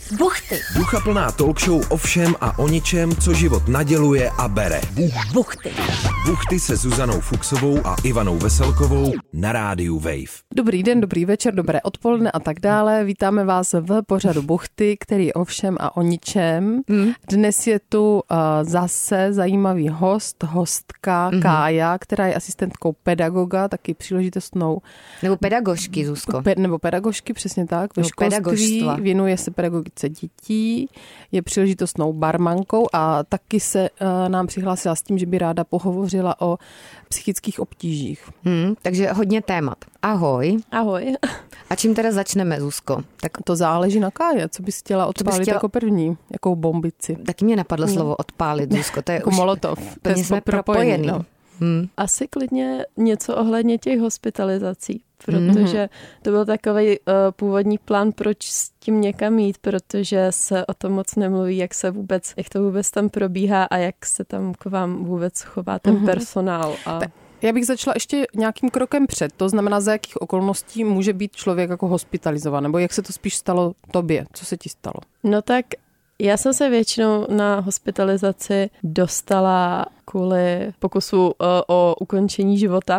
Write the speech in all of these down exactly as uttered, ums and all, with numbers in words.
Buchty. Duchaplná talk show o všem a o ničem, co život naděluje a bere. Buchty. Buchty se Zuzanou Fuchsovou a Ivanou Veselkovou na rádiu Wave. Dobrý den, dobrý večer, dobré odpoledne a tak dále. Vítáme vás v pořadu Buchty, který je o všem a o ničem. Mm. Dnes je tu uh, zase zajímavý host, hostka mm-hmm. Kája, která je asistentkou pedagoga, taky příležitostnou. Nebo pedagožky, Zuzko. Pe, nebo pedagožky, přesně tak. Ve nebo školství věnuje se pedagogice dětí, je příležitostnou barmankou a taky se uh, nám přihlásila s tím, že by ráda pohovořila o psychických obtížích. Hmm, takže hodně témat. Ahoj. Ahoj. A čím teda začneme, Zuzko? Tak to záleží na Káje, co bys chtěla odpálit chtěla... jako první, jakou bombici. Taky mě napadlo slovo odpálit, Zuzko. To je jako už... molotov. Plně jsme propojení. No. Hmm. Asi klidně něco ohledně těch hospitalizací, protože mm-hmm. to byl takový uh, původní plán, proč s tím někam jít, protože se o tom moc nemluví, jak se vůbec, jak to vůbec tam probíhá a jak se tam k vám vůbec chová ten mm-hmm. personál. A... Tak já bych začala ještě nějakým krokem před, to znamená, za jakých okolností může být člověk jako hospitalizován, nebo jak se to spíš stalo tobě, co se ti stalo? No tak já jsem se většinou na hospitalizaci dostala kvůli pokusu o, o ukončení života,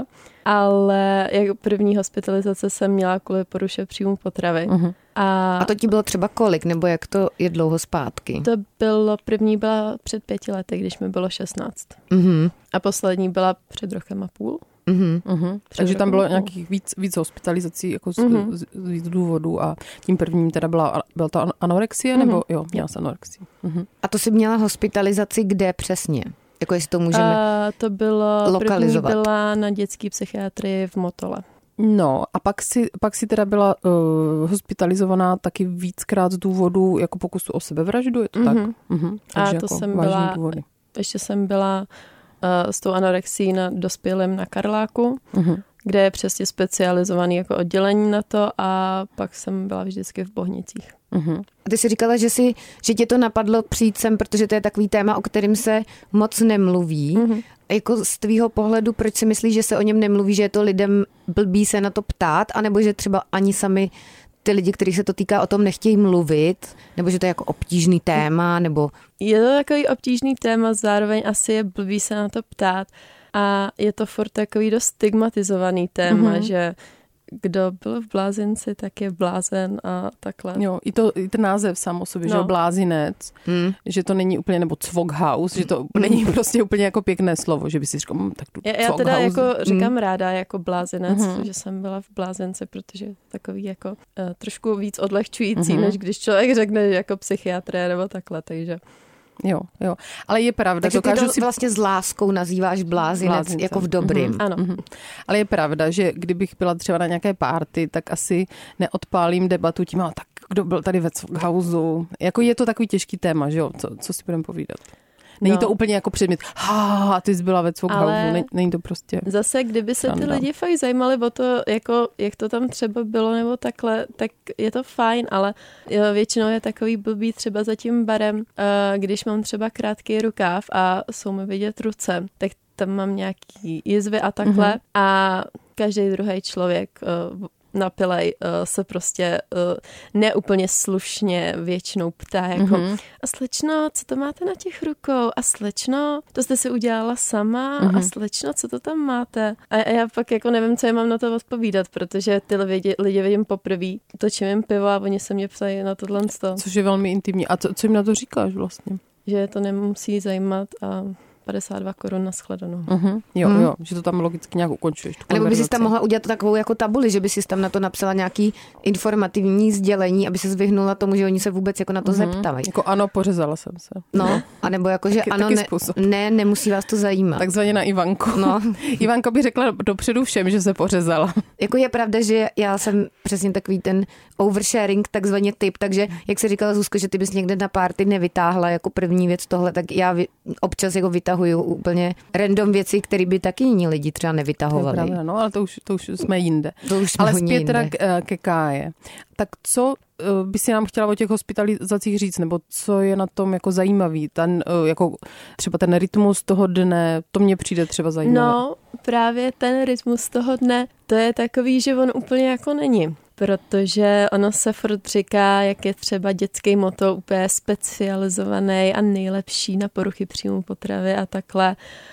ale jako první hospitalizace jsem měla kvůli poruše příjmu potravy. Uh-huh. A, a to ti bylo třeba kolik, nebo jak to je dlouho zpátky? To bylo, první byla před pěti lety, když mi bylo šestnáct. Uh-huh. A poslední byla před rokem a půl. Uh-huh. Uh-huh. Takže tam bylo nějakých víc, víc hospitalizací jako z, uh-huh. z, z víc důvodů a tím prvním teda byla, byla to anorexie, uh-huh. nebo jo, měla jsem anorexii. Uh-huh. A to jsi měla hospitalizaci kde přesně? Jako jestli to můžeme uh, to bylo, lokalizovat. První byla na dětské psychiatrii v Motole. No a pak si, pak si teda byla uh, hospitalizovaná taky víckrát z důvodu jako pokusu o sebevraždu, je to uh-huh. tak? Uh-huh. A to jako jsem byla, důvody. ještě jsem byla uh, s tou anorexí na dospělém na Karláku, uh-huh. kde je přesně specializovaný jako oddělení na to a pak jsem byla vždycky v Bohnicích. Uh-huh. A ty jsi říkala, že, si, že tě to napadlo přijít sem, protože to je takový téma, o kterém se moc nemluví. Uh-huh. Jako z tvýho pohledu, proč si myslíš, že se o něm nemluví, že je to lidem blbý se na to ptát, anebo že třeba ani sami ty lidi, kterých se to týká, o tom nechtějí mluvit, nebo že to je jako obtížný téma, nebo... Je to takový obtížný téma, zároveň asi je blbý se na to ptát a je to furt takový dost stigmatizovaný téma, uh-huh. že kdo byl v blázinci, tak je blázen a takhle. Jo, i, to, i ten název sám o sobě, no. že blázinec, hmm. že to není úplně, nebo cvokhouse, že to hmm. není prostě úplně jako pěkné slovo, že by si říkal, hm, tak tu Já, já teda cvokhouse. jako říkám hmm. ráda jako blázinec, hmm. že jsem byla v blázinci, protože je takový jako uh, trošku víc odlehčující, hmm. než když člověk řekne jako psychiatrie nebo takhle, takže... Jo, jo. Ale je pravda. Takže ty to si... vlastně s láskou nazýváš blázinec, blázince. Jako v dobrým. Mm-hmm. Ano. Mm-hmm. Ale je pravda, že kdybych byla třeba na nějaké party, tak asi neodpálím debatu tím, ale tak kdo byl tady ve Cvokhouse. Jako je to takový těžký téma, že jo? Co, co si budeme povídat? Není no. to úplně jako předmět, ha, ty jsi byla ve Cvokhouse, není, není to prostě... Zase, kdyby se ty lidi fakt zajímali o to, jako, jak to tam třeba bylo nebo takhle, tak je to fajn, ale jo, většinou je takový blbý třeba za tím barem, když mám třeba krátký rukáv a jsou mi vidět ruce, tak tam mám nějaký jizvy a takhle mm-hmm. a každý druhý člověk napilej uh, se prostě uh, neúplně slušně většinou ptá jako mm-hmm. a slečno, co to máte na těch rukou? A slečno, to jste si udělala sama? Mm-hmm. A slečno, co to tam máte? A já pak jako nevím, co já mám na to odpovídat, protože ty lidi, lidi vidím poprvé, točím jim pivo a oni se mě ptají na tohle. Což je velmi intimní. A co, co jim na to říkáš vlastně? Že to nemusí zajímat a padesát dva korun na shledanou. Uh-huh. Jo, hmm. jo, že to tam logicky nějak ukončuješ. A nebo by si tam mohla udělat takovou jako tabuli, že by si tam na to napsala nějaký informativní sdělení, aby se vyhnula tomu, že oni se vůbec jako na to uh-huh. zeptavají. Jako ano, pořezala jsem se. No, anebo jako, že taky, ano, taky ne, ne, nemusí vás to zajímat. Takzvaně na Ivanku. No. Ivanka by řekla dopředu všem, že se pořezala. Jako je pravda, že já jsem přesně takový ten oversharing, takzvaně typ, takže jak se říkala Zuzko, že ty bys někde na party nevytáhla jako první věc tohle, tak já občas jako vytahuji úplně random věci, které by taky jiní lidi třeba nevytahovali. To je pravda, no, ale to už, to už jsme jinde. To už jsme ale zpět teda jinde. ke Káje. Tak co by si nám chtěla o těch hospitalizacích říct, nebo co je na tom jako zajímavý? Ten, jako třeba ten rytmus toho dne, to mně přijde třeba zajímavé. No, právě ten rytmus toho dne, to je takový, že on úplně jako není. protože ono se furt říká, jak je třeba dětský moto úplně specializovaný a nejlepší na poruchy příjmu potravy a takhle.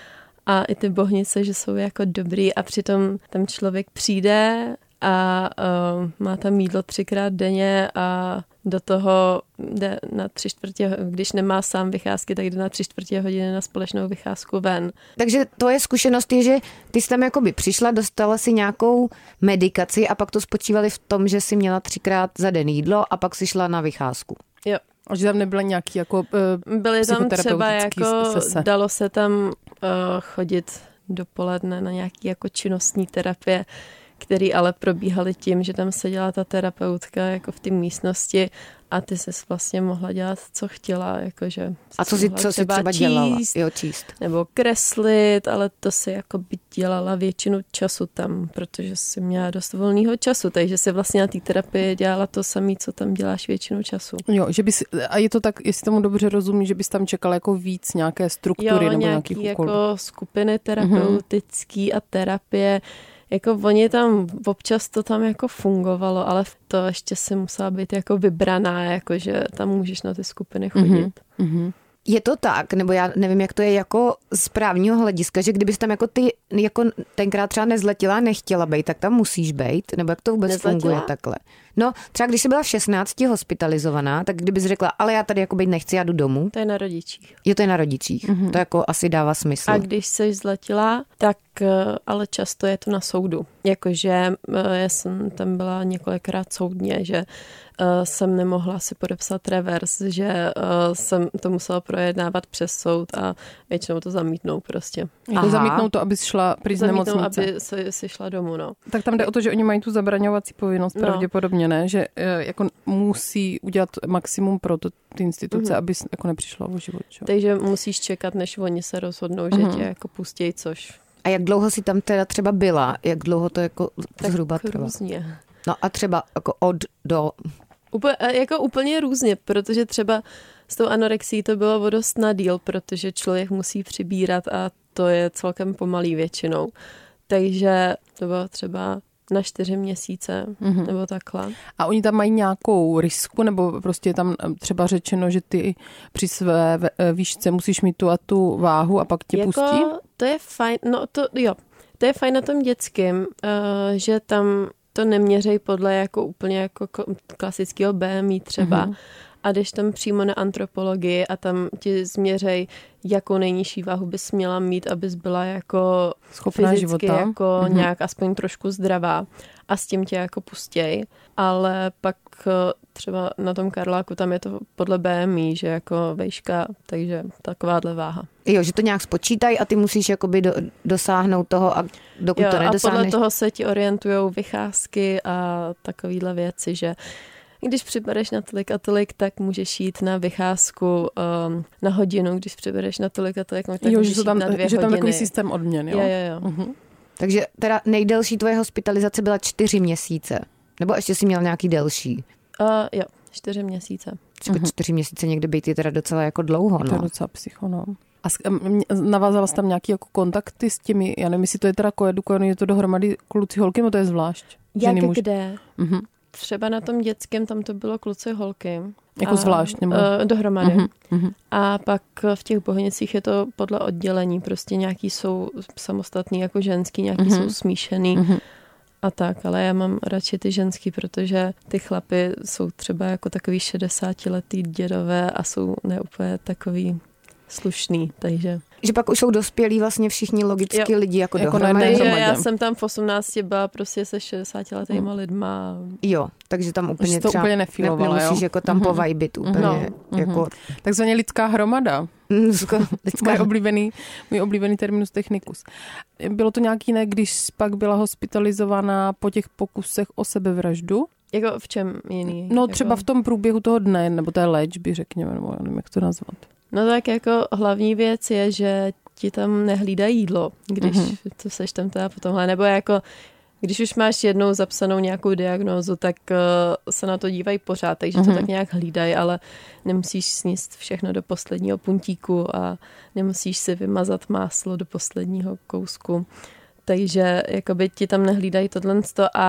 A i ty bohnice, že jsou jako dobrý a přitom tam člověk přijde a uh, má tam jídlo třikrát denně a do toho jde na tři čtvrtě, když nemá sám vycházky, tak jde na tři čtvrtě hodiny na společnou vycházku ven. Takže tvoje zkušenost je, že ty jsi tam jakoby přišla, dostala si nějakou medikaci a pak to spočívali v tom, že jsi měla třikrát za den jídlo a pak si šla na vycházku. Jo. A že tam nebyly nějaký jako uh, byly tam třeba jako, sese. Dalo se tam uh, chodit dopoledne na nějaký jako činnostní terapie, který ale probíhaly tím, že tam seděla ta terapeutka jako v té místnosti a ty jsi vlastně mohla dělat, co chtěla. Jakože a co si co třeba, třeba číst, dělala? Jo, číst. Nebo kreslit, ale to si jako by dělala většinu času tam, protože si měla dost volného času, takže si vlastně na té terapii dělala to samé, co tam děláš většinu času. Jo, že bys, a je to tak, jestli tomu dobře rozumím, že bys tam čekala jako víc nějaké struktury jo, nebo nějaký nějakých jako úkolů. skupiny terapeutický mm-hmm. a terapie. Jako oni tam, občas to tam jako fungovalo, ale to ještě si musela být jako vybraná, jako že tam můžeš na ty skupiny chodit. Mm-hmm. Je to tak, nebo já nevím, jak to je jako z právního hlediska, že kdybys tam jako ty jako tenkrát třeba nezletila, nechtěla bejt, tak tam musíš bejt, nebo jak to vůbec nezletila? Funguje takhle? No, třeba když jsi byla v šestnácti hospitalizovaná, tak kdybys řekla, ale já tady jako bejt nechci, já jdu domů. To je na rodičích. Je to je na rodičích, mm-hmm. To jako asi dává smysl. A když jsi zletila, tak ale často je to na soudu. Jakože já jsem tam byla několikrát soudně, že uh, jsem nemohla si podepsat revers, že uh, jsem to musela projednávat přes soud a většinou to zamítnou prostě. Jako zamítnou to, abys šla pryč z nemocnice. Aby si, si šla domů, no. Tak tam jde o to, že oni mají tu zabraňovací povinnost no. pravděpodobně, ne? Že uh, jako musí udělat maximum pro to, ty instituce, mm-hmm. abys jako nepřišla o život. Čo? Takže musíš čekat, než oni se rozhodnou, mm-hmm. že tě jako pustějí, což... A jak dlouho jsi tam teda třeba byla? Jak dlouho to jako tak zhruba trvalo? Různě. No a třeba jako od do... Úplně, jako úplně různě, protože třeba s tou anorexií to bylo o dost na díl, protože člověk musí přibírat a to je celkem pomalý většinou. Takže to bylo třeba na čtyři měsíce mm-hmm. nebo takhle. A oni tam mají nějakou risku, nebo prostě je tam třeba řečeno, že ty při své výšce musíš mít tu a tu váhu a pak tě jako, pustí? To je fajn, no to jo, to je fajn na tom dětském, uh, že tam to neměřej podle jako úplně jako klasického B M I třeba. Mm-hmm. A jdeš tam přímo na antropologii a tam ti změřej, jakou nejnižší váhu bys měla mít, abys byla jako schopná fyzicky života. jako mm-hmm. nějak aspoň trošku zdravá a s tím tě jako pustěj. Ale pak třeba na tom Karláku tam je to podle B M I, že jako vejška, takže takováhle váha. Jo, že to nějak spočítají a ty musíš jakoby do, dosáhnout toho a dokud jo, to nedosáhneš. A podle toho se ti orientujou vycházky a takovýhle věci, že když přibereš na tolik a tolik, tak můžeš jít na vycházku um, na hodinu, když přibereš na tolik a tolik, tak jo, můžeš že tam, jít na dvě že hodiny. tam takový systém odměn, jo? Jo, jo, jo. Uh-huh. Takže teda nejdelší tvoje hospitalizace byla čtyři měsíce. Nebo ještě jsi měl nějaký delší? Uh, jo, čtyři měsíce. Uh-huh. Čtyři měsíce někde být je teda docela jako dlouho, no. To je docela psycho, no. A navázala jsi tam nějaký jako kontakty s těmi, já nevím, jestli to je teda koedukovaný, je to dohromady kluci holky, no to je zvlášť. Jak kde? Uh-huh. Třeba na tom dětském tam to bylo kluci holky. Jako a, zvlášť? Nebo? Uh, dohromady. Uh-huh, uh-huh. A pak v těch Bohnicích je to podle oddělení. Prostě nějaký jsou samostatný jako ženský, nějaký uh-huh. jsou smíšený. Uh-huh. A tak, ale já mám radši ty ženský, protože ty chlapy jsou třeba jako takový šedesátiletý dědové a jsou neúplně takový slušný, takže... Že pak už jsou dospělí vlastně všichni logicky jo. lidi jako, jako dohromady. Takže já jsem tam v osmnácti byla prostě se šedesátiletýma hmm. lidma. Jo, takže tam úplně to třeba úplně nefilovala, ne, nemusíš jo? jako tam mm-hmm. povajbit úplně. No, jako... mm-hmm. Takzvaně lidská hromada. lidská... Můj oblíbený, můj oblíbený terminus technicus. Bylo to nějak jiné, když pak byla hospitalizovaná po těch pokusech o sebevraždu? Jako v čem jiný? No jako... třeba v tom průběhu toho dne, nebo té léčby, řekněme, nebo já nevím, jak to nazvat. No tak jako hlavní věc je, že ti tam nehlídají jídlo, když mm-hmm. to seš tam teda po tomhle, nebo jako když už máš jednou zapsanou nějakou diagnózu, tak uh, se na to dívají pořád, takže mm-hmm. to tak nějak hlídají, ale nemusíš sníst všechno do posledního puntíku a nemusíš si vymazat máslo do posledního kousku. Takže jakoby ti tam nehlídají tohle a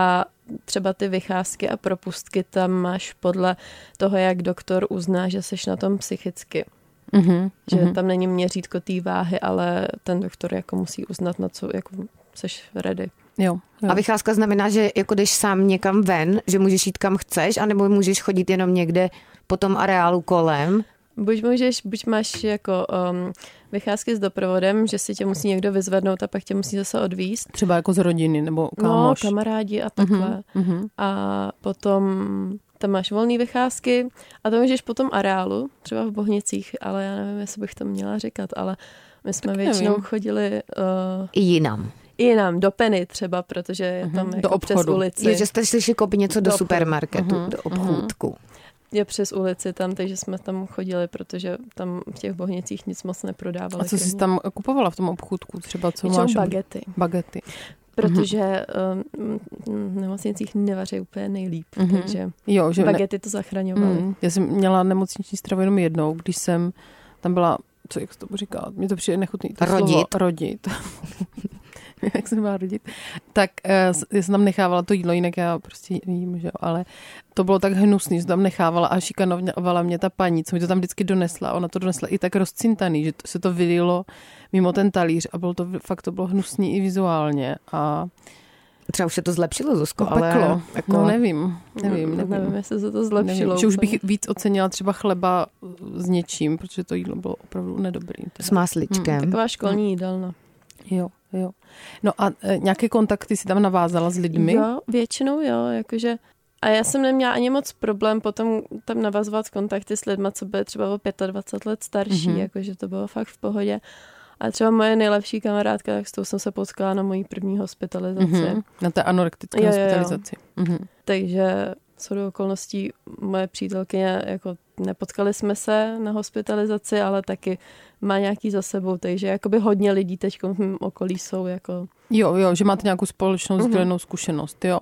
třeba ty vycházky a propustky tam máš podle toho, jak doktor uzná, že seš na tom psychicky. Mm-hmm. Že mm-hmm. tam není měřítko té váhy, ale ten doktor jako musí uznat, na co jako seš ready. Jo, jo. A vycházka znamená, že jako jdeš sám někam ven, že můžeš jít kam chceš, anebo můžeš chodit jenom někde po tom areálu kolem? Buď můžeš, buď máš jako um, vycházky s doprovodem, že si tě musí někdo vyzvednout a pak tě musí zase odvízt. Třeba jako z rodiny nebo kámoš. No, kamarádi a takhle. Uh-huh. A potom tam máš volné vycházky a to můžeš po tom areálu, třeba v Bohnicích, ale já nevím, jestli bych to měla říkat, ale my jsme tak většinou nevím. chodili... Uh, I jinam. I jinam, do Penny třeba, protože je tam uh-huh. jako přes ulici. Je, že jste šli koupit něco do, do supermarketu, uh-huh. do obchůdku. Uh-huh. Je přes ulici tam, takže jsme tam chodili, protože tam v těch Bohnicích nic moc neprodávali. A co jsi tam kupovala v tom obchůdku? Třeba co Většinou máš? Bagety. Bagety. Protože um, v nemocnicích nevaří úplně nejlíp, mm-hmm. takže jo, že bagety ne... to zachraňovaly. Mm. Já jsem měla nemocniční stravu jenom jednou, když jsem tam byla, co jak se to říká, mě to přijde nechutný. To rodit. Slovo, rodit. Jak se má rodit, tak uh, já jsem tam nechávala to jídlo, jinak já prostě vím, že jo, ale to bylo tak hnusný, že tam nechávala a šikanovala mě ta paní, co mi to tam vždycky donesla, ona to donesla i tak rozcintaný, že to, se to vylilo mimo ten talíř a bylo to, fakt to bylo hnusný i vizuálně a třeba už se to zlepšilo, Zuzko, no, ale... Peklo. Jako... No nevím, nevím, nevím. Nevím, jestli se to zlepšilo. Nevím, že už bych víc ocenila třeba chleba s něčím, protože to jídlo bylo opravdu nedobrý. Teda. S másličkem. Hmm, taková školní hmm. jídelna. Jo, jo. No a e, nějaké kontakty si tam navázala s lidmi? Jo, většinou jo, jakože... A já jsem neměla ani moc problém potom tam navazovat kontakty s lidma, co byly třeba o dvacet pět let starší, mm-hmm. jakože to bylo fakt v pohodě. A třeba moje nejlepší kamarádka, tak s tou jsem se potkala na mojí první hospitalizaci. Mm-hmm. Na té anorektické jo, hospitalizaci. Jo. Mm-hmm. Takže shodou okolností moje přítelkyně, jako nepotkali jsme se na hospitalizaci, ale taky má nějaký za sebou, takže jakoby hodně lidí teď v mém okolí jsou jako... Jo, jo, že máte nějakou společnou sdílenou mm-hmm. zkušenost, jo.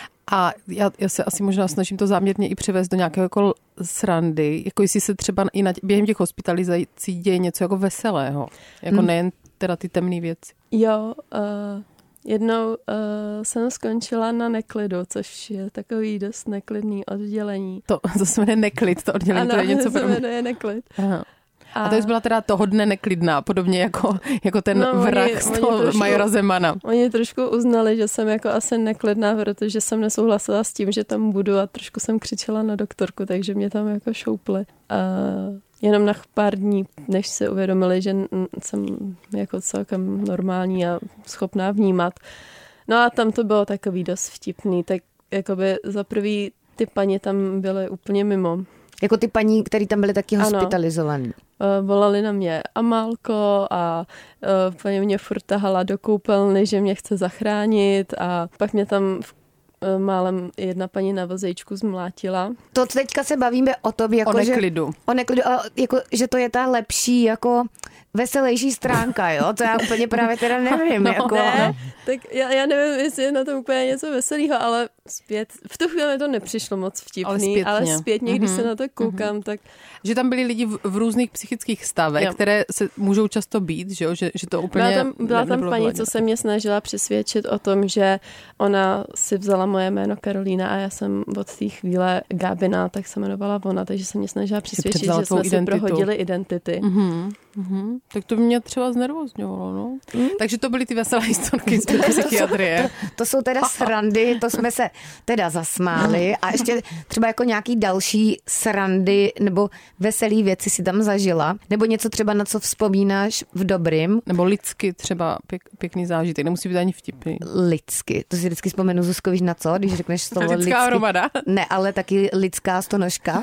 A já, já se asi možná snažím to záměrně i přivést do nějakého jako srandy, jako jestli se třeba i na tě, během těch hospitalizací děje něco jako veselého, jako mm. nejen teda ty temné věci. Jo, uh, jednou uh, jsem skončila na neklidu, což je takový dost neklidný oddělení. To zase jmenuje neklid, to oddělení, ano, to je něco pro mě. Ano, to jmenuje neklid. Aha. A, a to byla teda toho dne neklidná, podobně jako, jako ten no, vrah oni, z toho trošku, Majora Zemana. Oni trošku uznali, že jsem jako asi neklidná, protože jsem nesouhlasila s tím, že tam budu a trošku jsem křičela na doktorku, takže mě tam jako šoupli. A jenom na pár dní, než se uvědomili, že jsem jako celkem normální a schopná vnímat. No a tam to bylo takový dost vtipný, tak jakoby za prvý ty paní tam byly úplně mimo. Jako ty paní, které tam byly taky hospitalizované. Uh, volali na mě Amálko a uh, paní mě furt tahala do koupelny, že mě chce zachránit a pak mě tam uh, málem jedna paní na vozejčku zmlátila. To teďka se bavíme o tom, jako o neklidu. Že, o neklidu, ale jako, že to je ta lepší, jako veselější stránka, jo? To já úplně právě teda nevím. No, jako... ne, tak já, já nevím, jestli je na tom úplně něco veselého, ale zpět, v tu chvíli to nepřišlo moc vtipný, ale zpětně, ale zpětně mm-hmm. když se na to koukám, mm-hmm. tak... Že tam byli lidi v, v různých psychických stavech, jo. které se můžou často být, že, jo? že, že to úplně... Byla tam, byla tam paní, hladně. Co se mě snažila přesvědčit o tom, že ona si vzala moje jméno Karolína a já jsem od té chvíle Gábina, tak se jmenovala ona, takže se mě snažila přesvědčit, že jsme identitu. si prohodili identity. Mm-hmm. Mm-hmm. Tak to mě třeba znervozňovalo, no. Mm. Takže to byly ty veselé historky z psychiatrie. To, to jsou teda srandy, to jsme se teda zasmáli a ještě třeba jako nějaký další srandy nebo veselý věci si tam zažila, nebo něco třeba na co vzpomínáš v dobrým. Nebo lidsky třeba pěk, pěkný zážitek, nemusí být ani vtipný. Lidsky, to si vždycky vzpomenu, Zuzko, víš na co, když řekneš slovo lidsky. Lidská hromada. Ne, ale taky lidská stonožka.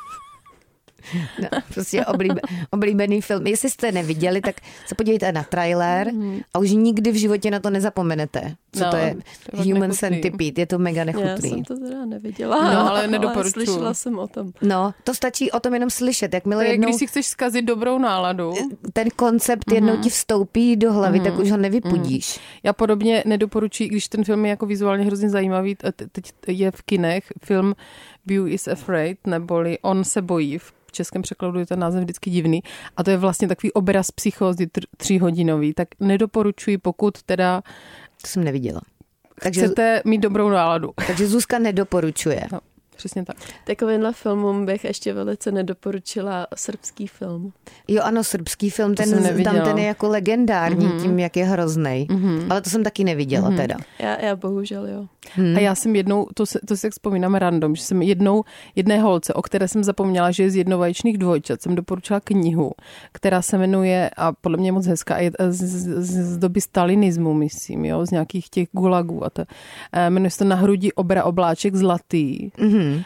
No, prostě oblíbe, oblíbený film. Jestli jste neviděli, tak se podívejte na trailer a už nikdy v životě na to nezapomenete. Co no, to je to Human nechutný. Centipede. Je to mega nechutný. Já jsem to teda neviděla, no, ale nedoporučuji. Slyšela jsem o tom. No, to stačí o tom jenom slyšet. Jakmile jednou, když si chceš zkazit dobrou náladu. Ten koncept jednou mm-hmm. ti vstoupí do hlavy, mm-hmm. tak už ho nevypudíš. Mm-hmm. Já podobně nedoporučuji, když ten film je jako vizuálně hrozně zajímavý. Teď je v kinech film Beau is Afraid, neboli On se bojí. V českém překladu je ten název vždycky divný. A to je vlastně takový obraz psychózy tříhodinový. Tak nedoporučuji, pokud teda... To jsem neviděla. Takže chcete mít dobrou náladu. Takže Zuzka nedoporučuje. No. Přesně tak. Takovýmhle filmům bych ještě velice nedoporučila srbský film. Jo, ano, srbský film, ten, tam ten je jako legendární mm-hmm. tím, jak je hroznej. Mm-hmm. Ale to jsem taky neviděla mm-hmm. teda. Já, já bohužel, jo. Hmm. A já jsem jednou, to se, to si jak vzpomínám random, že jsem jednou jedné holce, o které jsem zapomněla, že je z jednovaječných dvojčat, jsem doporučila knihu, která se jmenuje, a podle mě je moc hezká, je z, z, z doby stalinismu, myslím, jo, z nějakých těch gulagů a to. Jmenuje se to Na hrudi obra obláček zlatý. Mm-hmm.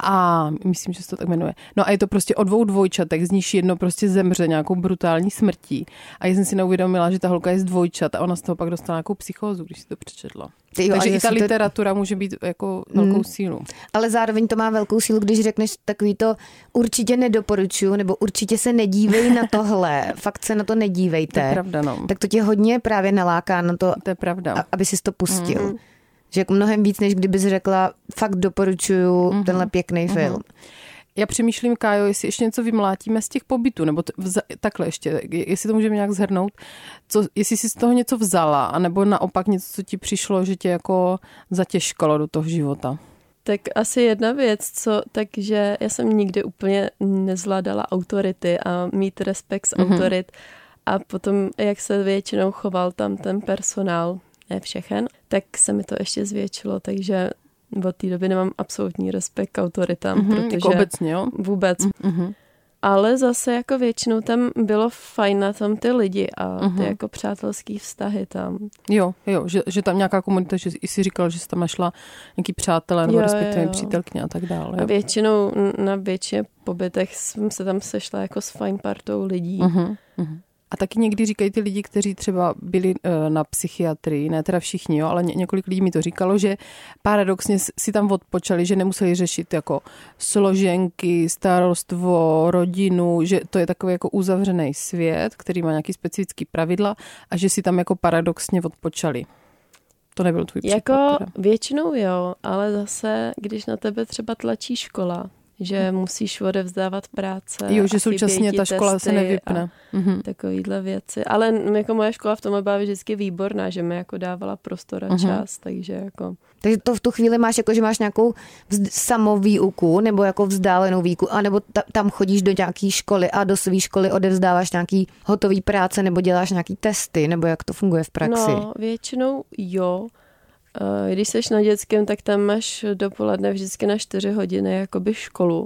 A myslím, že se to tak jmenuje. No a je to prostě o dvou dvojčatech, z níž jedno prostě zemře nějakou brutální smrtí. A já jsem si neuvědomila, že ta holka je z dvojčat a ona z toho pak dostala nějakou psychózu, když si to přečetla. Jo, takže i ta to... literatura může být jako velkou hmm. sílu. Ale zároveň to má velkou sílu, když řekneš takový to určitě nedoporučuju, nebo určitě se nedívej na tohle, fakt se na to nedívejte. To je pravda, no. Tak to tě hodně právě naláká na to, to je pravda. aby jsi to pustil. Hmm. Že jako mnohem víc, než kdybys řekla, fakt doporučuju mm-hmm. tenhle pěkný mm-hmm. film. Já přemýšlím, Kájo, jestli ještě něco vymlátíme z těch pobytů, nebo t- vza- takhle ještě, jestli to můžeme nějak shrnout, co, jestli jsi z toho něco vzala, anebo naopak něco, co ti přišlo, že tě jako zatěžkalo do toho života. Tak asi jedna věc, co, takže já jsem nikdy úplně nezvládala autority a mít respekt z mm-hmm. autorit a potom, jak se většinou choval tam ten personál, ne všechen, tak se mi to ještě zvětšilo, takže od té doby nemám absolutní respekt k autoritám, mm-hmm, protože jako obecně, jo? Vůbec. Mm-hmm. Ale zase jako většinou tam bylo fajn na tom ty lidi a ty mm-hmm. jako přátelský vztahy tam. Jo, jo, že, že tam nějaká komunita, že jsi říkal, že jsi tam našla nějaký přátelé nebo respektive přítelkyně a tak dále. Jo. A většinou na většině pobytech jsem se tam sešla jako s fajn partou lidí. Mm-hmm. A taky někdy říkají ty lidi, kteří třeba byli na psychiatrii, ne teda všichni, jo, ale ně, několik lidí mi to říkalo, že paradoxně si tam odpočali, že nemuseli řešit jako složenky, starostvo, rodinu, že to je takový jako uzavřený svět, který má nějaký specifický pravidla a že si tam jako paradoxně odpočali. To nebyl tvůj případ. Jako teda. Většinou jo, ale zase, když na tebe třeba tlačí škola, že musíš odevzdávat práce. Jo, že současně ta škola se nevypne. Mm-hmm. Takovýhle věci. Ale jako moje škola v tom byla vždycky výborná, že mi jako dávala prostor a mm-hmm. čas, takže jako... Takže to v tu chvíli máš jako, že máš nějakou vzd- samovýuku nebo jako vzdálenou výuku, anebo ta- tam chodíš do nějaký školy a do své školy odevzdáváš nějaký hotový práce nebo děláš nějaký testy, nebo jak to funguje v praxi? No, většinou jo. Když jsi na dětském, tak tam máš dopoledne vždycky na čtyři hodiny jakoby školu,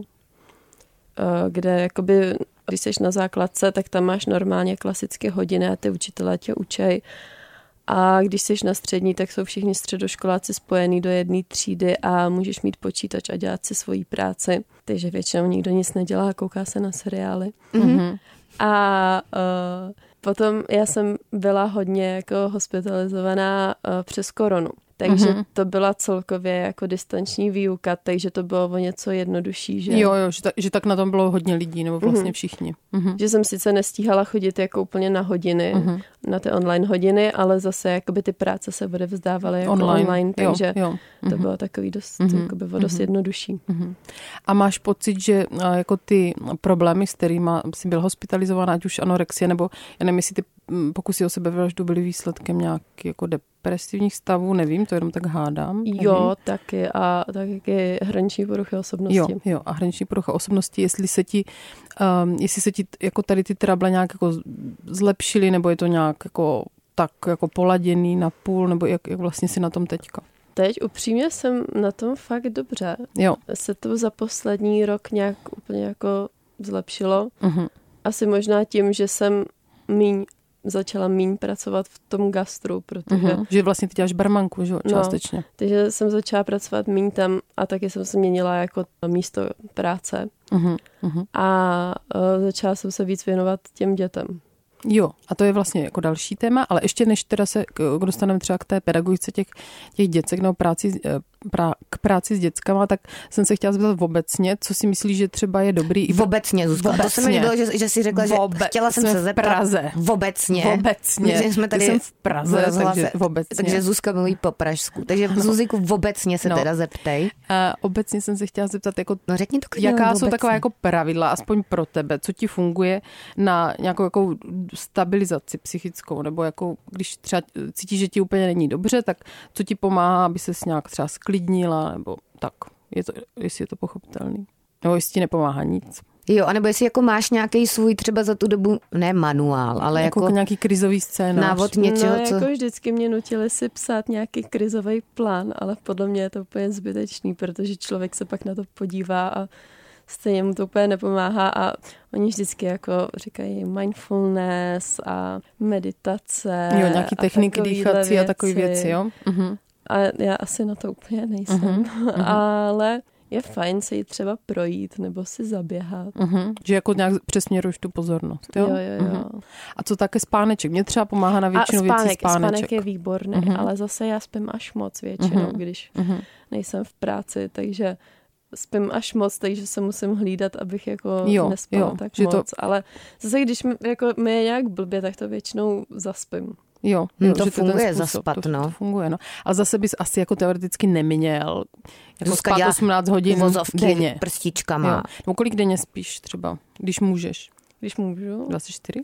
kde jakoby, když jsi na základce, tak tam máš normálně klasické hodiny a ty učitelé tě učej. A když jsi na střední, tak jsou všichni středoškoláci spojení do jedné třídy a můžeš mít počítač a dělat si svoji práci. Takže většinou nikdo nic nedělá a kouká se na seriály. Mm-hmm. A uh, potom já jsem byla hodně jako hospitalizovaná uh, přes koronu. Takže mm-hmm. to byla celkově jako distanční výuka, takže to bylo o něco jednodušší. Že? Jo, jo, že, ta, že tak na tom bylo hodně lidí, nebo vlastně mm-hmm. všichni. Mm-hmm. Že jsem sice nestíhala chodit jako úplně na hodiny, mm-hmm. na ty online hodiny, ale zase jakoby ty práce se odevzdávaly jako online, online takže jo, jo. Mm-hmm. to bylo takový dost, mm-hmm. jakoby o dost mm-hmm. jednodušší. Mm-hmm. A máš pocit, že jako ty problémy, s kterými jsi byl hospitalizovaná, ať už anorexie, nebo já nevím, jestli ty pokusy o sebevraždu byly výsledkem nějak jako depresivních stavů, nevím, to jenom tak hádám. Nevím. Jo, taky a taky hraniční poruchy osobnosti. Jo, jo, a hraniční porucha osobnosti, jestli se ti, um, jestli se ti jako tady ty trable nějak jako zlepšily, nebo je to nějak jako tak jako poladěný na půl, nebo jak, jak vlastně si na tom teďka? Teď upřímně jsem na tom fakt dobře. Jo. Se to za poslední rok nějak úplně jako zlepšilo. Uh-huh. Asi možná tím, že jsem míň začala míň pracovat v tom gastru, protože... Uh-huh. Že vlastně ty děláš barmanku, že jo, částečně. No, takže jsem začala pracovat míň tam a taky jsem se měnila jako místo práce. Uh-huh. Uh-huh. A uh, začala jsem se víc věnovat těm dětem. Jo, a to je vlastně jako další téma, ale ještě než teda se dostaneme třeba k té pedagogice těch, těch děcek nebo práci prá- k práci s dětskama, tak jsem se chtěla zeptat obecně, co si myslíš, že třeba je dobrý. Obecně, Zuzka. Obecně. To se mi líbilo, že, že jsi řekla, že Vobe- chtěla jsem se zeptat. Praze. Obecně. Obecně. My jsme tady jsem v Praze, v rozhlase, takže obecně. Takže Zuzka mluví po pražsku. Takže no. Zuziku, obecně se no. teda zeptej. Uh, obecně jsem se chtěla zeptat, jako, no, řekni to klidně, jaká obecně. jsou taková jako pravidla, aspoň pro tebe, co ti funguje na nějakou jako stabilizaci psychickou, nebo jako když třeba cítíš, že ti úplně není dobře, tak co ti pomáhá, aby ses nějak třeba sklidnila, nebo tak, je to, jestli je to pochopitelný. Nebo jestli ti nepomáhá nic. Jo, anebo jestli jako máš nějaký svůj třeba za tu dobu, ne manuál, ale jako, jako nějaký krizový scénář. Návod něčeho, no, co... jako vždycky mě nutili si psát nějaký krizový plán, ale podle mě je to úplně zbytečný, protože člověk se pak na to podívá a stejně mu to úplně nepomáhá a oni vždycky jako říkají mindfulness a meditace. Jo, nějaký techniky dýchací a takové věci, jo? Uh-huh. A já asi na to úplně nejsem, uh-huh. ale je fajn se jít třeba projít nebo si zaběhat. Uh-huh. Že jako nějak přesměruješ tu pozornost, jo? Jo, jo, jo. Uh-huh. A co také spáneček? Mně třeba pomáhá na většinu spánek, věcí spáneček. Spánek je výborný, uh-huh. ale zase já spím až moc většinou, uh-huh. když uh-huh. nejsem v práci, takže spím až moc, takže se musím hlídat, abych jako jo, nespala jo, tak moc. To... Ale zase, když mi, jako, mi je nějak blbě, tak to většinou zaspím. Jo, jo to že funguje to zaspat, to, no. To funguje, no. Ale zase bys asi jako teoreticky neměl jako Zuzka spát osmnáct hodin denně. Prstíčkama. Jo. No kolik denně spíš třeba, když můžeš? Když můžu? dvacet čtyři?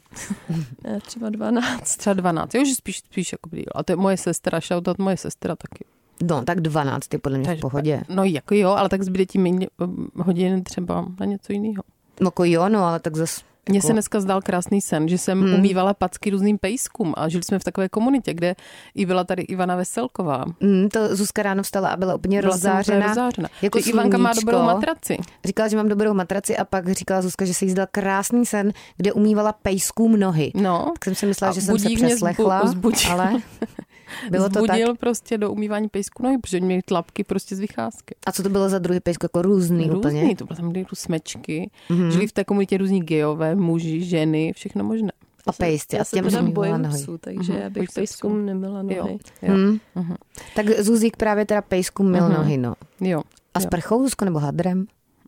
Ne, třeba dvanáct. Třeba dvanáct, jo, že spíš, spíš jako díl. A to je moje sestra, shoutout moje sestra taky. No, tak dvanáct je podle mě v pohodě. No jako jo, ale tak zbyde ti méně hodin třeba na něco jiného. No jako jo, no, ale tak zase... Mně jako... se dneska zdál krásný sen, že jsem hmm. umývala packy různým pejskům a žili jsme v takové komunitě, kde i byla tady Ivana Veselková. Hmm, to Zuzka ráno vstala a byla úplně byla rozzářená. rozzářená. Jako Ivanka má dobrou matraci. Říkala, že mám dobrou matraci a pak říkala Zuzka, že se jí zdal krásný sen, kde umývala pejskům nohy. No. Tak jsem si myslela, že jsem se přeslechla, zbu- ale... Bylo to Zbudil tak? prostě do umývání pejsku nohy, protože oni měli tlapky prostě z vycházky. A co to bylo za druhý pejsku? Jako různý, různý úplně? To bylo tam byly smečky. Mm-hmm. Žili v té komunitě různí gejové, muži, ženy, všechno možné. A pejsci. Já se teda bojím psů, takže mm-hmm. já bych pejskům nemila nohy. Jo, jo. Mm. Mm-hmm. Tak Zuzík právě teda pejskům myl mm-hmm. nohy, no. Jo. A s prchou, Zuzko, nebo hadrem?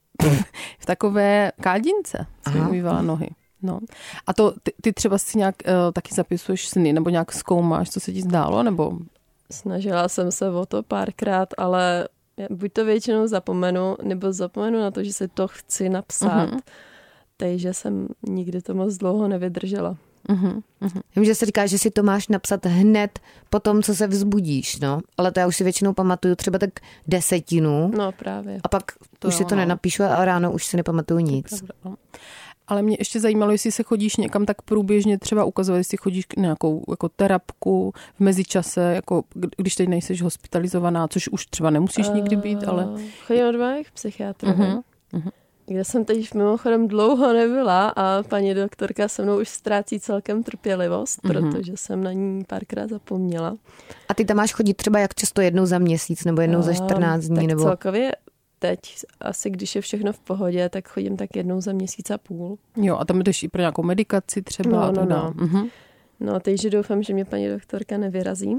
V takové kádince si umývala nohy. No. A to ty, ty třeba si nějak uh, taky zapisuješ sny, nebo nějak zkoumáš, co se ti zdálo, nebo? Snažila jsem se o to párkrát, ale buď to většinou zapomenu, nebo zapomenu na to, že si to chci napsat. Uh-huh. Takže jsem nikdy to moc dlouho nevydržela. Uh-huh. Uh-huh. Vím, že se říká, že si to máš napsat hned po tom, co se vzbudíš, no. Ale to já už si většinou pamatuju třeba tak desetinu. No právě. A pak to už si to no. nenapíšu a ráno už si nepamatuju nic. Pravda, no. Ale mě ještě zajímalo, jestli se chodíš někam tak průběžně třeba ukazovat, jestli chodíš na nějakou jako terapku v mezičase, jako když teď nejseš hospitalizovaná, což už třeba nemusíš uh, nikdy být, ale... Chodím od mých psychiatrů, uh-huh, uh-huh. kde jsem teď mimochodem dlouho nebyla a paní doktorka se mnou už ztrácí celkem trpělivost, uh-huh. protože jsem na ní párkrát zapomněla. A ty tam máš chodit třeba jak často jednou za měsíc nebo jednou uh, za čtrnáct dní? Tak nebo... celkově teď asi, když je všechno v pohodě, tak chodím tak jednou za měsíc a půl. Jo, a tam jdeš i pro nějakou medikaci třeba? No, no, no. no. No, takže doufám, že mě paní doktorka nevyrazí.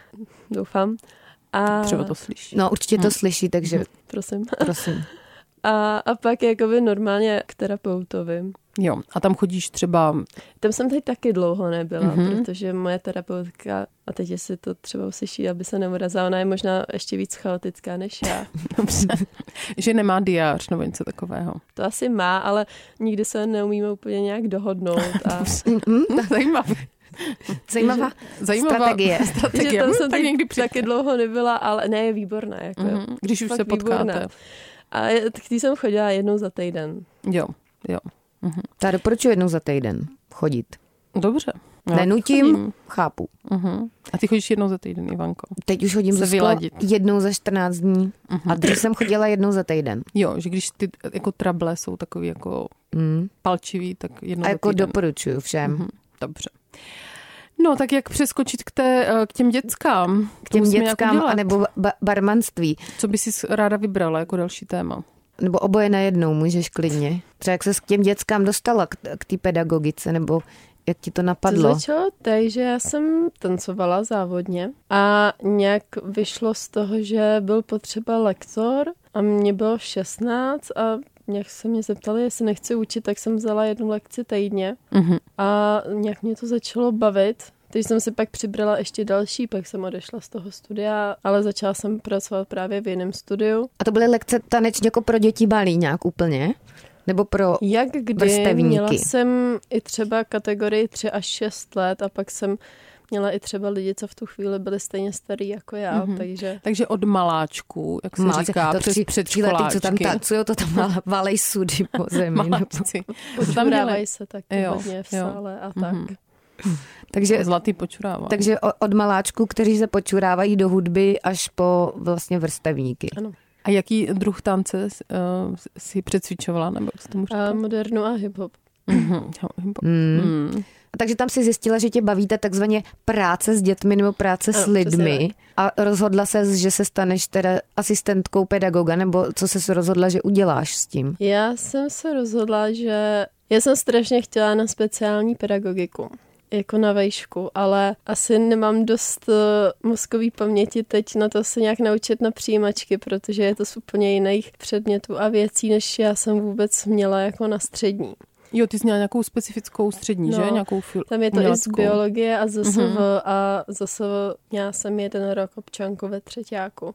Doufám. A... Třeba to slyší. No, určitě to hmm. slyší, takže... Prosím. Prosím. A, a pak jakoby normálně k terapeutovi. Jo, a tam chodíš třeba... Tam jsem teď taky dlouho nebyla, mm-hmm. protože moje terapeutka, a teď jestli to třeba uslyší, aby se neurazila, ona je možná ještě víc chaotická než já. Dobře. Že nemá diář nebo něco takového. To asi má, ale nikdy se neumíme úplně nějak dohodnout. A... Zajímavé. Zajímavá, Zajímavá strategie. strategie. Že tam jsem tak někdy taky dlouho nebyla, ale ne, je výborná. Jako, mm-hmm. Když už se potkáte. Výborná. A když jsem chodila jednou za týden. Jo, jo. Mhm. Já doporučuji jednou za týden chodit. Dobře. Nenutím, chápu. Uh-huh. A ty chodíš jednou za týden, Ivanko? Teď už chodím jednou za čtrnáct dní. Uh-huh. A dřív jsem chodila jednou za týden. Jo, že když ty jako trable jsou takový jako mm. palčivý, tak jednou a za jako týden. Doporučuji všem. Uh-huh. Dobře. No, tak jak přeskočit k, té, k těm dětskám? K těm dětskám anebo ba- barmanství. Co by si ráda vybrala jako další téma? Nebo oboje najednou, můžeš klidně. Třeba jak ses k těm dětskám dostala, k, k té pedagogice, nebo jak ti to napadlo? To začalo tak, že já jsem tancovala závodně a nějak vyšlo z toho, že byl potřeba lektor a mě bylo šestnáct a nějak se mě zeptali, jestli nechci učit, tak jsem vzala jednu lekci týdně mm-hmm. a nějak mě to začalo bavit. Takže jsem si pak přibrala ještě další, pak jsem odešla z toho studia, ale začala jsem pracovat právě v jiném studiu. A to byly lekce taneční jako pro děti malý nějak úplně? Nebo pro Jak kdy, vrstevníky? Měla jsem i třeba kategorii tři až šest let a pak jsem měla i třeba lidi, co v tu chvíli byli stejně starý jako já, mm-hmm. takže... Takže od maláčku, jak se Máte, říká, to přes tři, předškoláčky. Co tam tancujou, to tam valej sudy po zemi. Maláčci. Počurávají se taky jo, hodně v sále a tak. Mm-hmm. Takže, Zlatý počurává. Takže od maláčků, kteří se počurávají do hudby, až po vlastně vrstevníky. Ano. A jaký druh tance uh, si přecvičovala? Nebo jak se tomu říká? Uh, modernu a hip-hop. Mm-hmm. hip-hop. Mm. Mm. Takže tam si zjistila, že tě baví ta takzvaně práce s dětmi nebo práce ano, s lidmi a rozhodla se, že se staneš teda asistentkou pedagoga, nebo co se rozhodla, že uděláš s tím? Já jsem se rozhodla, že já jsem strašně chtěla na speciální pedagogiku. Jako na vejšku, ale asi nemám dost uh, mozkový paměti teď na to se nějak naučit na přijímačky, protože je to z úplně jiných předmětů a věcí, než já jsem vůbec měla jako na střední. Jo, ty jsi měla nějakou specifickou střední, no, že? Nějakou fil- tam je to uměleckou. I z biologie a z S V mm-hmm. a z S V měla jsem jeden rok občanku ve třetíku.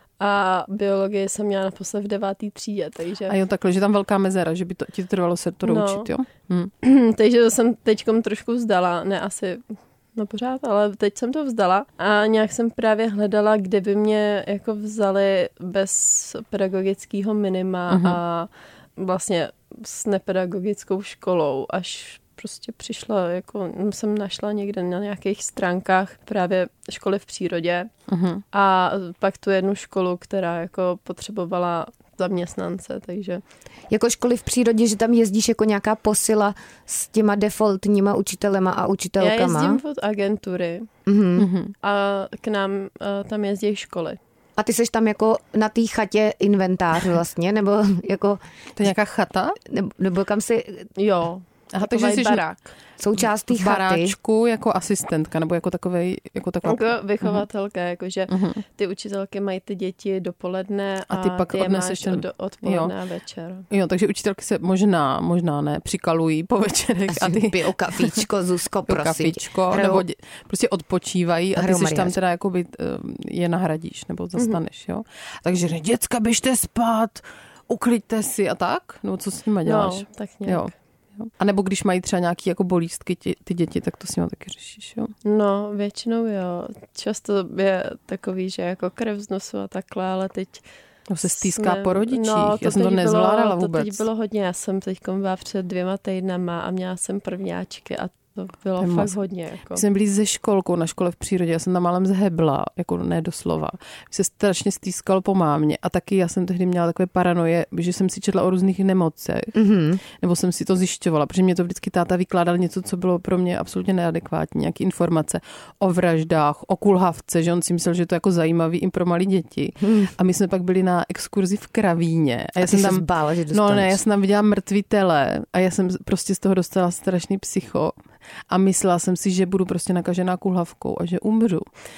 A biologii jsem měla naposled v devátý třídě, takže... A jo, takhle, že tam velká mezera, že by to, ti to trvalo se to doučit, no. jo? Hm. Takže to jsem teďkom trošku vzdala, ne asi no pořád, ale teď jsem to vzdala a nějak jsem právě hledala, kde by mě jako vzali bez pedagogického minima uh-huh. a vlastně s nepedagogickou školou, až prostě přišla, jako jsem našla někde na nějakých stránkách právě školy v přírodě uh-huh. a pak tu jednu školu, která jako potřebovala zaměstnance, takže... Jako školy v přírodě, že tam jezdíš jako nějaká posila s těma defaultníma učitelema a učitelkama? Já jezdím od agentury uh-huh. a k nám uh, tam jezdí školy. A ty seš tam jako na té chatě inventář vlastně, nebo jako... To je nějaká chata? Nebo, nebo kam si... Jo. Aha, takže jsi barák. Součást té chaty. Baráčku jako asistentka, nebo jako takovej, jako taková... Jako vychovatelka, uh-huh. jakože uh-huh. ty učitelky mají ty děti dopoledne a, a ty pak ty je máš ten... do odpoledne a večer. Jo, takže učitelky se možná, možná ne, přikalují po večerech a ty... Pijou kafíčko, Zuzko, prosím. Kafíčko, nebo dě, prostě odpočívají a ty jsi tam teda jakoby je nahradíš, nebo zastaneš, uh-huh. jo. Takže děcka, běžte spát, ukliďte si a tak? Nebo co s nima děláš? No, tak nějak. Jo. A nebo když mají třeba nějaký jako bolístky ty, ty děti, tak to s nimi taky řešíš, jo? No, většinou jo. Často je takový, že jako krev z nosu a takhle, ale teď... No se stýská jsme... po rodičích, no, já jsem to nezvládala bylo, vůbec. To teď bylo hodně, já jsem teď byla před dvěma týdnama a měla jsem prvňáčky a to bylo to fakt mas... hodně. Jako. My jsme byli se školkou na škole v přírodě, já jsem tam málem zhebla, jako ne doslova. Mi se strašně stýskal po mámě a taky já jsem tehdy měla takové paranoje, že jsem si četla o různých nemocech, mm-hmm. nebo jsem si to zjišťovala, protože mě to vždycky táta vykládal něco, co bylo pro mě absolutně neadekvátní, nějaké informace o vraždách, o kulhavce, že on si myslel, že to je jako zajímavý i pro malé děti. Mm. A my jsme pak byli na exkurzi v Kravíně. A já a jsem tam zbála, že dostaneš. No ne, já jsem tam viděla mrtvý tele a já jsem prostě z toho dostala strašný psycho. A myslela jsem si, že budu prostě nakažená kulhavkou a že umřu.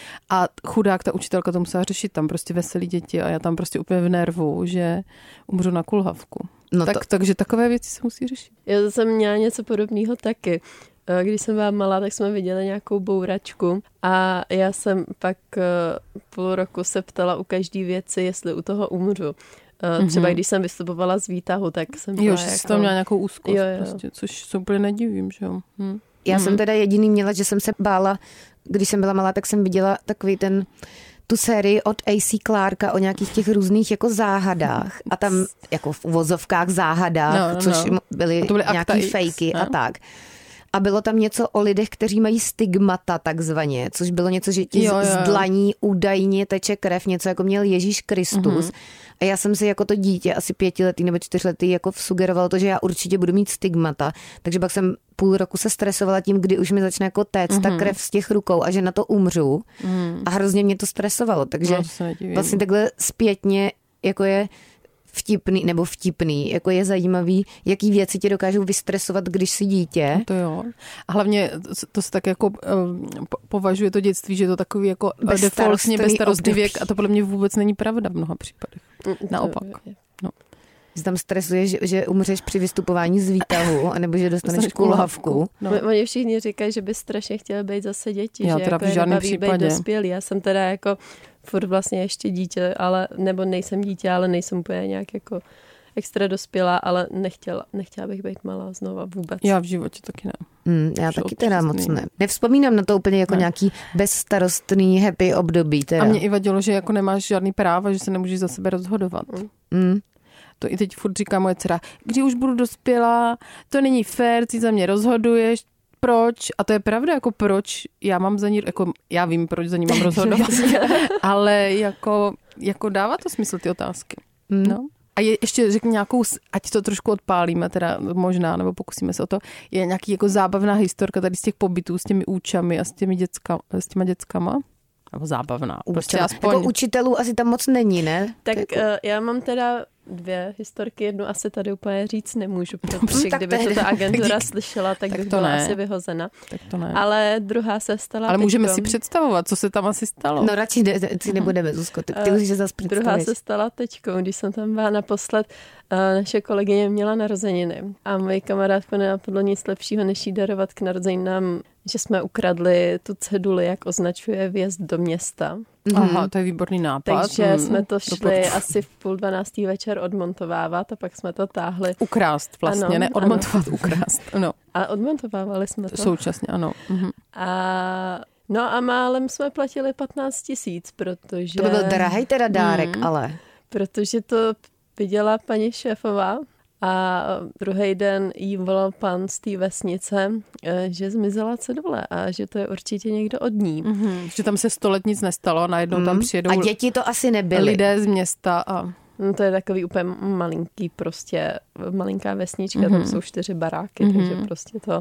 A chudák, ta učitelka to musela řešit, tam prostě veselí děti a já tam prostě úplně v nervu, že umřu na kulhavku. No tak, to... Takže takové věci se musí řešit. Já jsem měla něco podobného taky. Když jsem byla malá, tak jsme viděli nějakou bouračku a já jsem pak půl roku se ptala u každé věci, jestli u toho umřu. Třeba mm-hmm. když jsem vystupovala z výtahu, tak jsem byla jo, že jako... jsi tam měla nějakou úzkost, jo, jo. Prostě, což se úplně nedivím, že jo. Hm. Já hm. jsem teda jediný měla, že jsem se bála, když jsem byla malá, tak jsem viděla takový ten, tu sérii od A C Clarka o nějakých těch různých jako záhadách a tam jako v uvozovkách záhadách, no, no, což no. byly, byly nějaký fejky a tak. A bylo tam něco o lidech, kteří mají stigmata takzvaně, což bylo něco, že ti jo, jo. z dlaní údajně teče krev, něco jako měl Ježíš Kristus. Mm-hmm. A já jsem si jako to dítě, asi pětiletý nebo čtyřletý, jako vsugeroval to, že já určitě budu mít stigmata. Takže pak jsem půl roku se stresovala tím, kdy už mi začne jako téct mm-hmm. ta krev z těch rukou a že na to umřu. Mm. A hrozně mě to stresovalo. Takže no, vlastně takhle zpětně jako je vtipný, nebo vtipný, jako je zajímavý, jaký věci tě dokážou vystresovat, když jsi dítě. No to jo. A hlavně to se tak jako uh, považuje to dětství, že je to takový jako defaultně bezstarostný věk a to podle mě vůbec není pravda v mnoha případech. Naopak. No. Že tam stresuješ, že, že umřeš při vystupování z výtahu, anebo že dostaneš kulhavku. No. Oni všichni říkají, že by strašně chtěli být zase děti, já že teda jako v žádném nebaví případě. být dospělý. Já jsem teda jako furt vlastně ještě dítě, ale nebo nejsem dítě, ale nejsem úplně nějak jako extra dospělá, ale nechtěla, nechtěla bych být malá znova vůbec. Já v životě taky ne. Hmm, já taky teda moc ne. Nevzpomínám na to úplně jako ne. nějaký bezstarostný happy období. Teda. A mě i vadilo, že jako nemáš žádný práva, že se nemůžeš za sebe rozhodovat. Hmm. To i teď furt říká moje dcera, kdy už budu dospělá, to není fér, ty za mě rozhoduješ, proč? A to je pravda, jako proč já mám za ní, jako já vím, proč za ní mám rozhodovat, ale jako, jako dává to smysl ty otázky. Mm. No. A je, ještě řekni nějakou, ať to trošku odpálíme, teda možná, nebo pokusíme se o to, je nějaký jako zábavná historka tady z těch pobytů, s těmi účami a s těmi děcka, s těma dětskama? Nebo zábavná. Prostě aspoň. Jako učitelů asi tam moc není, ne? Tak jako... uh, já mám teda dvě historky, jednu asi tady úplně říct nemůžu, protože Dobře, kdyby to ta agentura slyšela, tak, tak bych byla ne. asi vyhozena. Tak to ne. Ale druhá se stala Ale můžeme teďkom. si představovat, co se tam asi stalo. No radši ne, si nebudeme, Zuzko, ty, ty musíš se zase představit. Druhá se stala teďkou, když jsem tam byla naposled, uh, naše kolegyně měla narozeniny a moji kamarádku nenapadlo nic lepšího, než jí darovat k narozeninám, že jsme ukradli tu ceduli, jak označuje vjezd do města. Aha, to je výborný nápad. Takže hmm, jsme to šli to asi v půl dvanáctý večer odmontovávat a pak jsme to táhli. Ukrást vlastně, ano, ne odmontovat, ano. Ukrást. No. Ale odmontovávali jsme to. Současně, ano. Mhm. A no a málem jsme platili patnáct tisíc, protože... To by byl drahej teda dárek, hmm. ale... Protože to viděla paní šéfová a druhý den jí volal pan z té vesnice, že zmizela cedule a že to je určitě někdo od ní. Mm-hmm. Že tam se sto let nic nestalo, najednou mm. tam přijedou a děti to asi nebyly. Lidé z města. A... No to je takový úplně malinký prostě, malinká vesnička, mm-hmm. tam jsou čtyři baráky, mm-hmm. takže prostě to...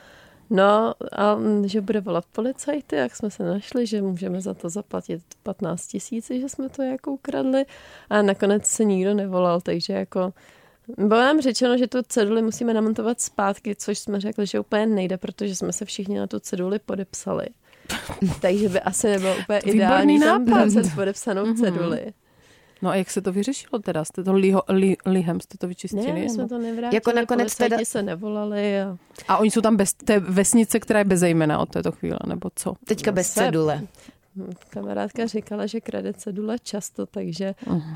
No a že bude volat policajty, jak jsme se našli, že můžeme za to zaplatit patnáct tisíc, že jsme to jako ukradli a nakonec se nikdo nevolal, takže jako... Bylo nám řečeno, že tu ceduli musíme namontovat zpátky, což jsme řekli, že úplně nejde, protože jsme se všichni na tu ceduli podepsali. Takže by asi nebylo úplně ideální tam prácet podepsanou ceduli. No a jak se to vyřešilo teda? Jste to liho, li, lihem, jste to vyčistili? Ne, jsme to nevrátili, jako nakonec teda... se nevolali. A... a oni jsou tam bez té vesnice, která je bezejmenná od této chvíle, nebo co? Teďka bez cedule. Kamarádka říkala, že krade cedule často, takže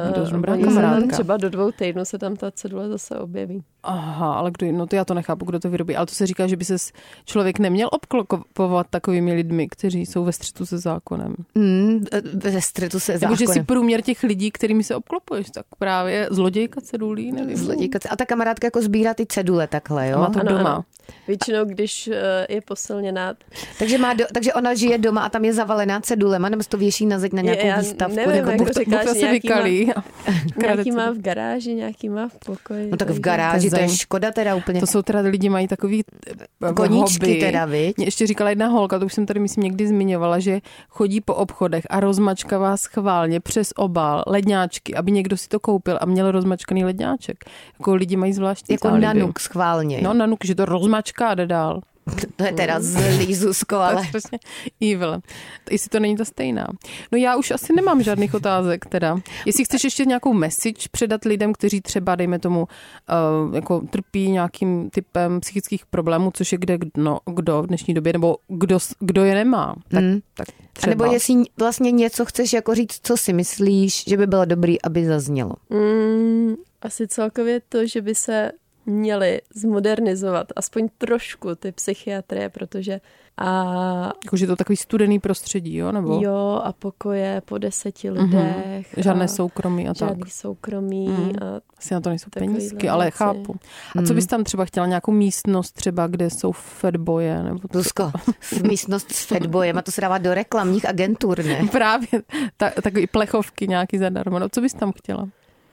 uh, uh, třeba do dvou týdnů se tam ta cedule zase objeví. Aha, ale kdo, no to já to nechápu, kdo to vyrobí, ale to se říká, že by se člověk neměl obklopovat takovými lidmi, kteří jsou ve střetu se zákonem. Mm, ve střetu se zákonem. Nebo že si průměr těch lidí, kterými se obklopuješ, tak právě zlodějka cedulí, nevím. Zlodějka, a ta kamarádka jako sbírá ty cedule takhle, jo? A má to ano, doma. Ano. Většinou, když je posilněná. Takže, má do, takže ona žije doma a tam je zavalená cedulema, nebo to věší na zeď na nějakou já výstavku? Nevím, jako jako buch, říkáš, buch, nějaký, vykalí. Má, nějaký má v garáži, nějaký má v pokoji. No tak v garáži, to je škoda teda úplně. To jsou teda lidi, mají takový koníčky hobby. teda, viď? Mě ještě říkala jedna holka, to už jsem tady myslím někdy zmiňovala, že chodí po obchodech a rozmačkává schválně přes obal ledňáčky, aby někdo si to koupil a měl rozmačkaný ledňáček. Jako lidi mají zvláštní jako záliby. nanuk schválně. No nanuk, že to rozmačká a jde dál. To je teda zlý, Zuzko, ale... To je přesně evil. Jestli to není ta stejná. No já už asi nemám žádných otázek teda. Jestli chceš ještě nějakou message předat lidem, kteří třeba, dejme tomu, uh, jako trpí nějakým typem psychických problémů, což je kde no, kdo v dnešní době, nebo kdo, kdo je nemá. Tak, mm. tak třeba. A nebo jestli vlastně něco chceš jako říct, co si myslíš, že by bylo dobrý, aby zaznělo. Mm, asi celkově to, že by se měli zmodernizovat aspoň trošku ty psychiatrie, protože a... Jakože to takový studený prostředí, jo? Nebo? Jo, a pokoje po deseti lidech. Mm-hmm. Žádné soukromí a tak. Žádný soukromí. Mm. A asi na to nejsou penízky, ale věci. Chápu. A co bys tam třeba chtěla? Nějakou místnost třeba, kde jsou fatboje? Nebo Zuzko, místnost s fatbojem, a to se dává do reklamních agentur, ne? Právě, ta, takový plechovky nějaký zadarmo. No, co bys tam chtěla?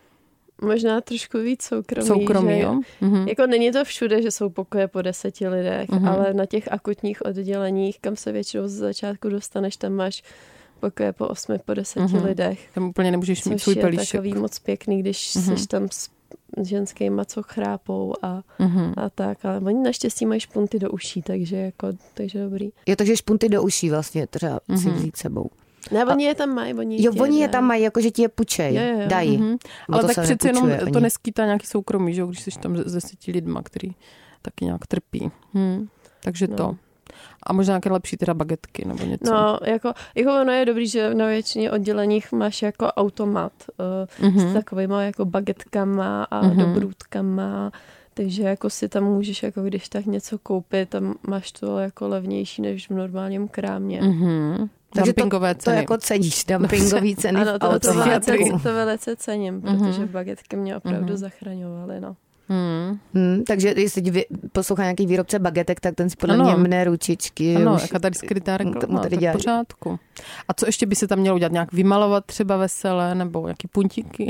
Možná trošku víc soukromí. Soukromí, že, jo? Mm-hmm. Jako není to všude, že jsou pokoje po deseti lidech, mm-hmm. ale na těch akutních odděleních, kam se většinou z začátku dostaneš, tam máš pokoje po osmi, po deseti mm-hmm. lidech. Tam úplně nemůžeš mít svůj pelíšek. Což je takový moc pěkný, když mm-hmm. jsi tam s ženskýma, co chrápou a, mm-hmm. a tak. Ale oni naštěstí mají špunty do uší, takže jako, takže dobrý. Jo, takže špunty do uší vlastně třeba mm-hmm. si vzít sebou. Ne, oni a, je tam mají, oni Jo, oni je tam mají, jako že ti je pučej, jo, jo, jo. dají. Mm-hmm. Ale tak přece jenom ani. To neskýtá nějaký soukromí, že jo, když jsi tam s deseti lidma, který taky nějak trpí. Hm. Takže no. to. A možná nějaké lepší teda bagetky nebo něco. No, jako, jako ono je dobrý, že na většině odděleních máš jako automat uh, mm-hmm. s takovýma jako bagetkama a mm-hmm. dobrůtkama, takže jako si tam můžeš jako když tak něco koupit, tam máš to jako levnější než v normálním krámě. Mm-hmm. Takže dumpingové to, ceny. to jako ceníš, dumpingové ceny. Ano, to, to, velice, to velice cením, protože mm-hmm. bagetky mě opravdu mm-hmm. zachraňovaly, no. Hmm. Hmm, takže jestli vy, poslouchá nějaký výrobce bagetek, tak ten si podle ano. mě mne ručičky. Ano, jaká tady skrytá reklama, tak v pořádku. A co ještě by se tam mělo udělat? Nějak vymalovat třeba veselé, nebo nějaký puntíky?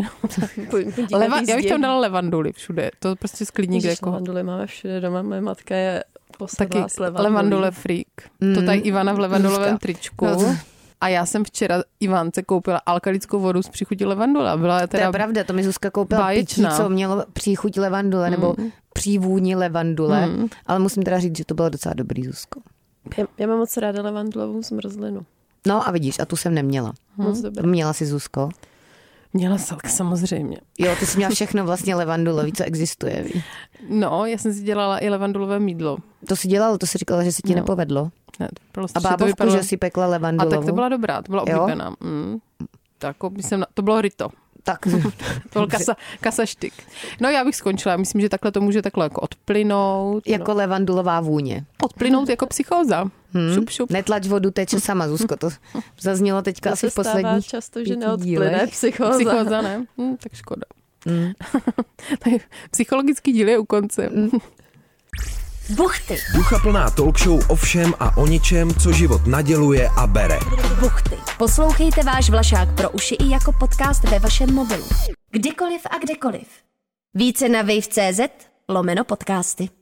Leva, já bych tam dala levanduly všude, to prostě sklidník. Jako... Levanduly máme všude doma, moje matka je posedlá s levandulí. Levandule freak. Mm. To tady Ivana v levandulovém tričku. No. A já jsem včera Ivance koupila alkalickou vodu s příchutí levandule. Byla teda to je pravda, to mi Zuzka koupila pití, co mělo příchuť levandule, mm. nebo přívůni levandule, mm. ale musím teda říct, že to bylo docela dobrý, Zuzko. Já, já mám moc ráda levandulovou zmrzlinu. No a vidíš, a tu jsem neměla. Moc dobré. Měla jsi, Zuzko? Měla salk, samozřejmě. Jo, ty jsi měla všechno vlastně levandulový, co existuje. Ví? No, já jsem si dělala i levandulové mýdlo. To si dělala, to si říkala, že se ti no. nepovedlo. Ne, a bábovku, vypadalo... že si pekla levandulovou. A tak to byla dobrá, to byla oblíbená. Mm. Tak, jsem, to bylo ryto. Tak. To byl kasa, kasaštyk. No já bych skončila, já myslím, že takhle to může takhle jako odplynout. Jako no. levandulová vůně. Odplynout jako psychóza. Hmm. Šup, šup. Netlač vodu, teče sama, Zuzko. To zaznělo teďka to asi v posledních často, že neodplyne psychóza. Psychóza, ne? Hm, tak škoda. Hmm. Psychologický díl je u konce. Hmm. Buchty. Ducha plná talk show o všem a o ničem, co život naděluje a bere. Buchty. Poslouchejte váš Vlašák pro uši i jako podcast ve vašem mobilu. Kdykoliv a kdekoliv. Více na wave tečka cé zet lomeno podcasty.